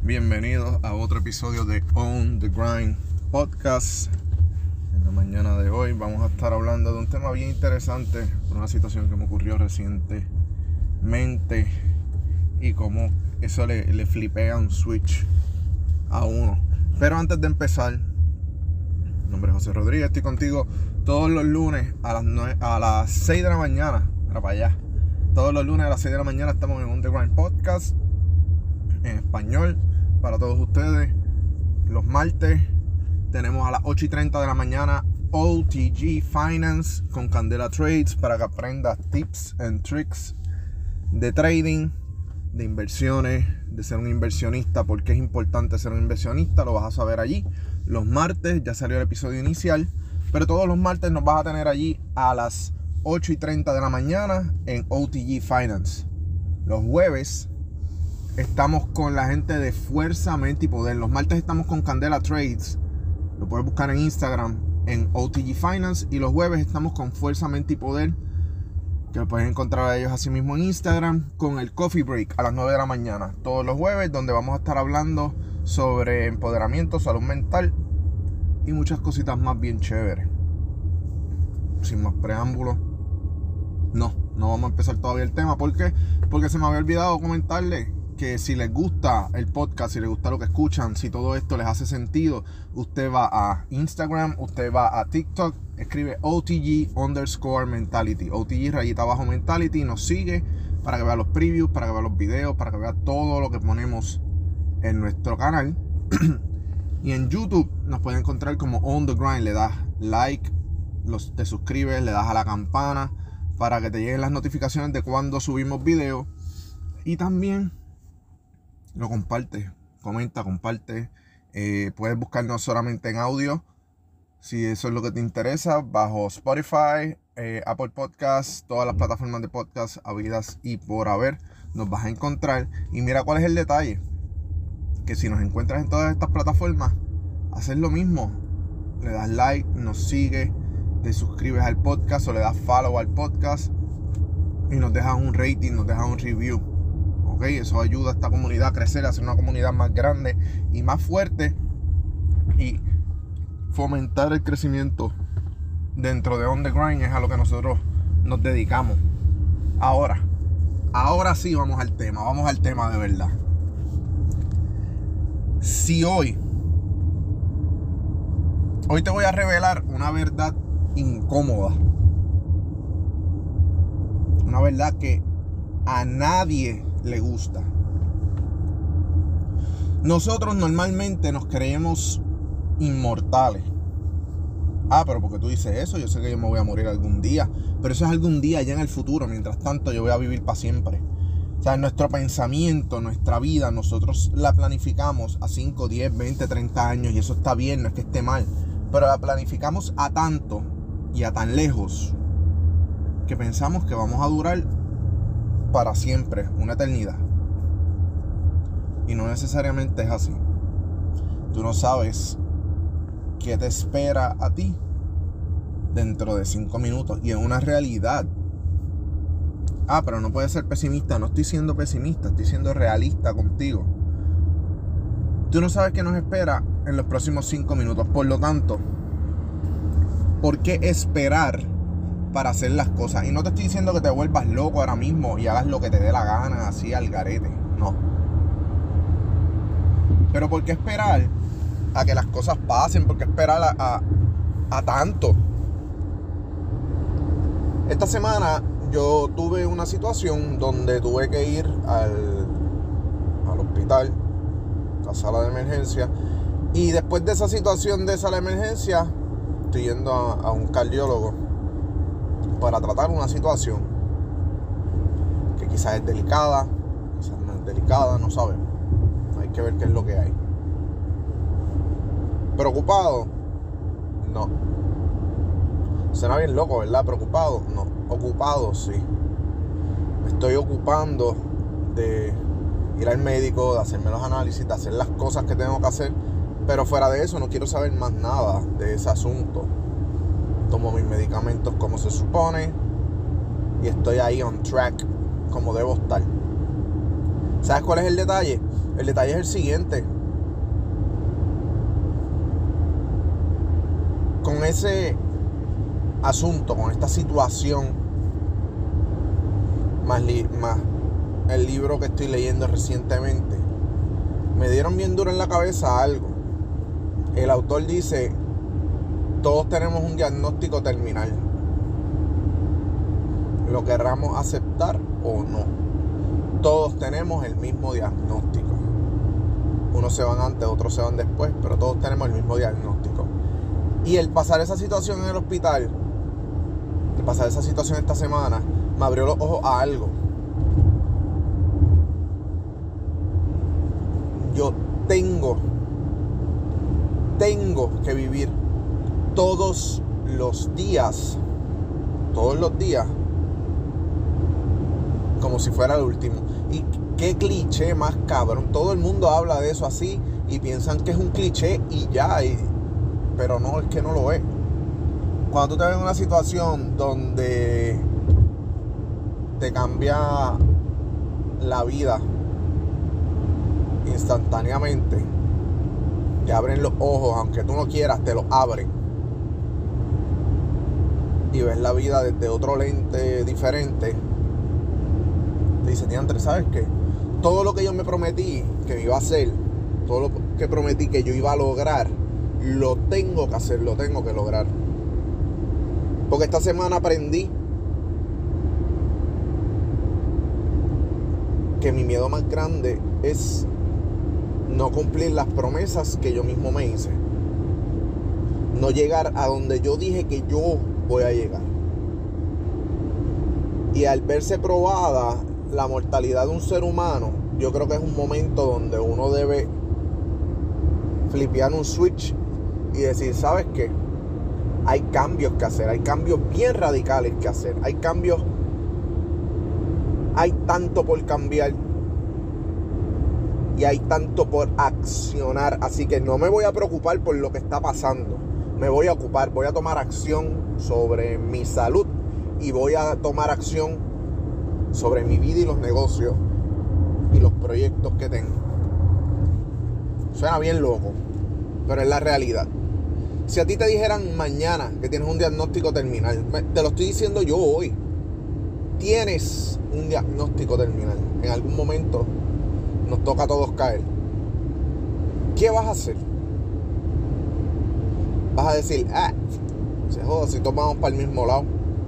Bienvenidos a otro episodio de On The Grind Podcast. En la mañana de hoy vamos a estar hablando de un tema bien interesante, una situación que me ocurrió recientemente y cómo eso le flipea un switch a uno. Pero antes de empezar, mi nombre es José Rodríguez, estoy contigo todos los lunes a las 6 de la mañana. Mira para allá. Todos los lunes a las 6 de la mañana estamos en On The Grind Podcast en español para todos ustedes. Los martes tenemos a las 8:30 de la mañana OTG Finance con Candela Trades para que aprendas tips and tricks de trading, de inversiones, de ser un inversionista, porque es importante ser un inversionista, lo vas a saber allí. Los martes ya salió el episodio inicial, pero todos los martes nos vas a tener allí a las 8:30 de la mañana en OTG Finance. Los jueves estamos con la gente de Fuerza, Mente y Poder. Los martes estamos con Candela Trades. Lo puedes buscar en Instagram en OTG Finance. Y los jueves estamos con Fuerza, Mente y Poder, que lo puedes encontrar a ellos así mismo en Instagram, con el Coffee Break a las 9 de la mañana. Todos los jueves, donde vamos a estar hablando sobre empoderamiento, salud mental y muchas cositas más bien chéveres. Sin más preámbulos, no vamos a empezar todavía el tema. ¿Por qué? Porque se me había olvidado comentarles que si les gusta el podcast, si les gusta lo que escuchan, si todo esto les hace sentido, usted va a Instagram, usted va a TikTok, escribe OTG_mentality, OTG _mentality, nos sigue para que vea los previews, para que vea los videos, para que vea todo lo que ponemos en nuestro canal. Y en YouTube nos pueden encontrar como On The Grind. Le das like, te suscribes, le das a la campana para que te lleguen las notificaciones de cuando subimos videos. Y también lo comparte, comenta, comparte. Puedes buscarnos solamente en audio, si eso es lo que te interesa, bajo Spotify, Apple Podcasts, todas las plataformas de podcast habidas y por haber, nos vas a encontrar. Y mira cuál es el detalle, que si nos encuentras en todas estas plataformas, haces lo mismo, le das like, nos sigues, te suscribes al podcast o le das follow al podcast y nos dejas un rating, nos dejas un review. Okay, eso ayuda a esta comunidad a crecer, a ser una comunidad más grande y más fuerte y fomentar el crecimiento dentro de On The Grind. Es a lo que nosotros nos dedicamos. Ahora sí vamos al tema de verdad. Si hoy te voy a revelar una verdad incómoda, una verdad que a nadie le gusta. Nosotros normalmente nos creemos inmortales. Pero porque tú dices eso, yo sé que yo me voy a morir algún día, pero eso es algún día ya en el futuro. Mientras tanto yo voy a vivir para siempre. O sea, nuestro pensamiento, nuestra vida, nosotros la planificamos a 5, 10, 20, 30 años, y eso está bien, no es que esté mal, pero la planificamos a tanto y a tan lejos que pensamos que vamos a durar para siempre, una eternidad. Y no necesariamente es así. Tú no sabes qué te espera a ti dentro de 5 minutos. Y es una realidad. Pero no puedes ser pesimista. No estoy siendo pesimista, estoy siendo realista contigo. Tú no sabes qué nos espera en los próximos 5 minutos. Por lo tanto, ¿por qué esperar para hacer las cosas? Y no te estoy diciendo que te vuelvas loco ahora mismo y hagas lo que te dé la gana, así al garete. No. Pero ¿por qué esperar a que las cosas pasen? ¿Por qué esperar a tanto? Esta semana yo tuve una situación donde tuve que ir al hospital, a la sala de emergencia. Y después de esa situación de sala de emergencia, estoy yendo a un cardiólogo para tratar una situación que quizás es delicada, quizás no es delicada, no sabemos. Hay que ver qué es lo que hay. ¿Preocupado? No. Suena bien loco, ¿verdad? ¿Preocupado? No. Ocupado, sí. Me estoy ocupando de ir al médico, de hacerme los análisis, de hacer las cosas que tengo que hacer. Pero fuera de eso no quiero saber más nada de ese asunto. Tomo mis medicamentos como se supone y estoy ahí on track como debo estar. ¿Sabes cuál es el detalle? El detalle es el siguiente. Con ese asunto, con esta situación, más el libro que estoy leyendo recientemente, me dieron bien duro en la cabeza algo. El autor dice: todos tenemos un diagnóstico terminal, lo querramos aceptar o no. Todos tenemos el mismo diagnóstico. Unos se van antes, otros se van después, pero todos tenemos el mismo diagnóstico. Y el pasar esa situación en el hospital, el pasar esa situación esta semana, me abrió los ojos a algo. Yo tengo que vivir todos los días, como si fuera el último. Y qué cliché más cabrón. Todo el mundo habla de eso así y piensan que es un cliché y ya, pero no, es que no lo es. Cuando tú te ves en una situación donde te cambia la vida instantáneamente, te abren los ojos, aunque tú no quieras, te los abren, y ves la vida desde otro lente diferente, te dice: diantre, ¿sabes qué? Todo lo que yo me prometí que me iba a hacer, todo lo que prometí que yo iba a lograr, lo tengo que hacer, lo tengo que lograr. Porque esta semana aprendí que mi miedo más grande es no cumplir las promesas que yo mismo me hice. No llegar a donde yo dije que yo voy a llegar. Y al verse probada la mortalidad de un ser humano, yo creo que es un momento donde uno debe flipear un switch y decir: ¿sabes qué? Hay cambios que hacer, hay cambios bien radicales que hacer, hay tanto por cambiar y hay tanto por accionar. Así que no me voy a preocupar por lo que está pasando, me voy a ocupar, voy a tomar acción sobre mi salud y voy a tomar acción sobre mi vida y los negocios y los proyectos que tengo. Suena bien loco, pero es la realidad. Si a ti te dijeran mañana que tienes un diagnóstico terminal, te lo estoy diciendo yo hoy, tienes un diagnóstico terminal. En algún momento nos toca a todos caer. ¿Qué vas a hacer? Vas a decir: se joda, si todos vamos para el mismo lado.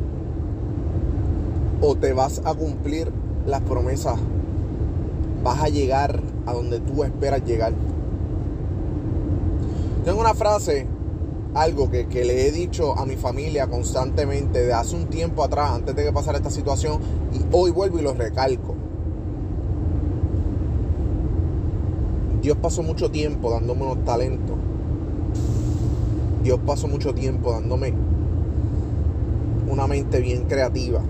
O te vas a cumplir las promesas, vas a llegar a donde tú esperas llegar. Tengo una frase, algo que le he dicho a mi familia constantemente de hace un tiempo atrás, antes de que pasara esta situación, y hoy vuelvo y lo recalco. Dios pasó mucho tiempo dándome unos talentos. Dios pasó mucho tiempo dándome una mente bien creativa.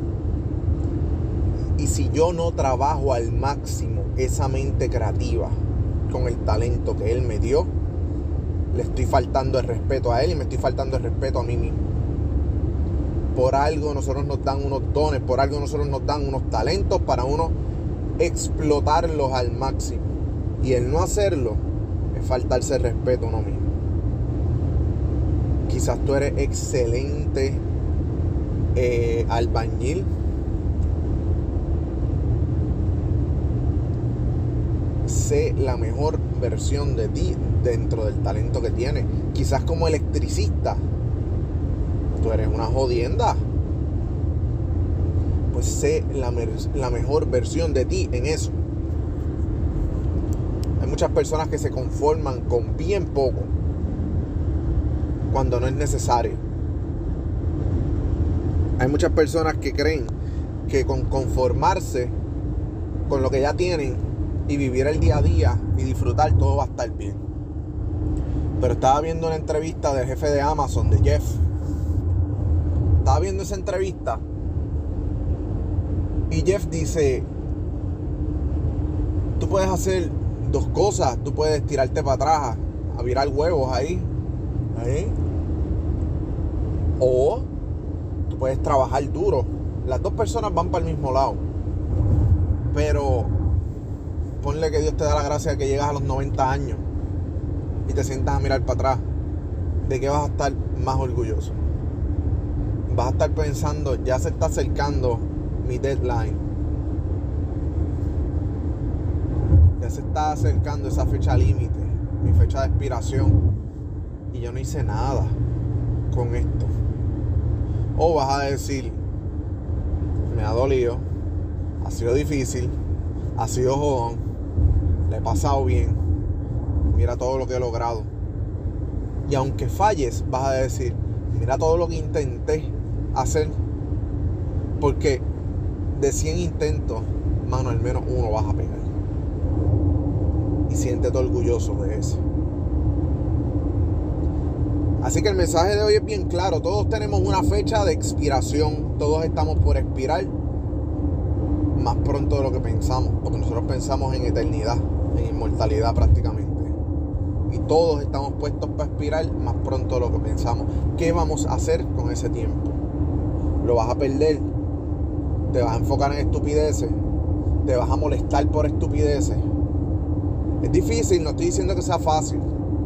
Y si yo no trabajo al máximo esa mente creativa con el talento que Él me dio, le estoy faltando el respeto a Él y me estoy faltando el respeto a mí mismo. Por algo nosotros nos dan unos dones, por algo nosotros nos dan unos talentos para uno explotarlos al máximo. Y el no hacerlo es faltarse el respeto a uno mismo. Quizás tú eres excelente albañil. Sé la mejor versión de ti dentro del talento que tienes. Quizás como electricista tú eres una jodienda. Pues sé la mejor versión de ti en eso. Hay muchas personas que se conforman con bien poco cuando no es necesario. Hay muchas personas que creen que con conformarse con lo que ya tienen y vivir el día a día y disfrutar, todo va a estar bien. Pero estaba viendo una entrevista del jefe de Amazon, de Jeff. Estaba viendo esa entrevista y Jeff dice: tú puedes hacer dos cosas. Tú puedes tirarte para atrás a virar huevos ahí. O tú puedes trabajar duro. Las dos personas van para el mismo lado. Pero ponle que Dios te da la gracia de que llegas a los 90 años y te sientas a mirar para atrás, ¿de qué vas a estar más orgulloso? Vas a estar pensando, ya se está acercando mi deadline, ya se está acercando esa fecha límite, mi fecha de expiración, y yo no hice nada con esto. O vas a decir, me ha dolido, ha sido difícil, ha sido jodón, le he pasado bien, mira todo lo que he logrado. Y aunque falles, vas a decir, mira todo lo que intenté hacer, porque de 100 intentos, mano, al menos uno vas a pegar. Y siéntete orgulloso de eso. Así que el mensaje de hoy es bien claro. Todos tenemos una fecha de expiración. Todos estamos por expirar más pronto de lo que pensamos, porque nosotros pensamos en eternidad, en inmortalidad prácticamente. Y todos estamos puestos para expirar más pronto de lo que pensamos. ¿Qué vamos a hacer con ese tiempo? ¿Lo vas a perder? ¿Te vas a enfocar en estupideces? ¿Te vas a molestar por estupideces? Es difícil, no estoy diciendo que sea fácil,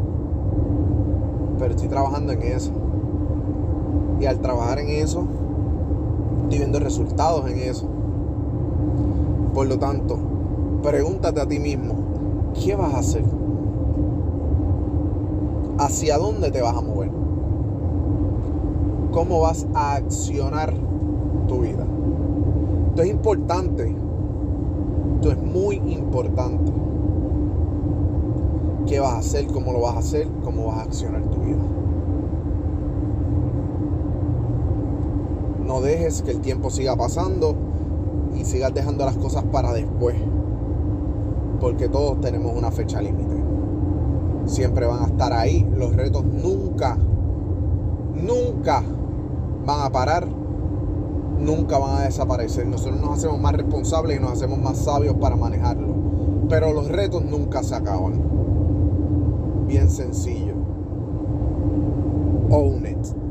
pero estoy trabajando en eso. Y al trabajar en eso, estoy viendo resultados en eso. Por lo tanto, pregúntate a ti mismo, ¿qué vas a hacer? ¿Hacia dónde te vas a mover? ¿Cómo vas a accionar tu vida? Esto es importante. Esto es muy importante. ¿Qué vas a hacer? ¿Cómo lo vas a hacer? ¿Cómo vas a accionar tu vida? No dejes que el tiempo siga pasando y sigas dejando las cosas para después, porque todos tenemos una fecha límite. Siempre van a estar ahí. Los retos nunca van a parar, nunca van a desaparecer. Nosotros nos hacemos más responsables y nos hacemos más sabios para manejarlo, pero los retos nunca se acaban. Bien sencillo. Own it.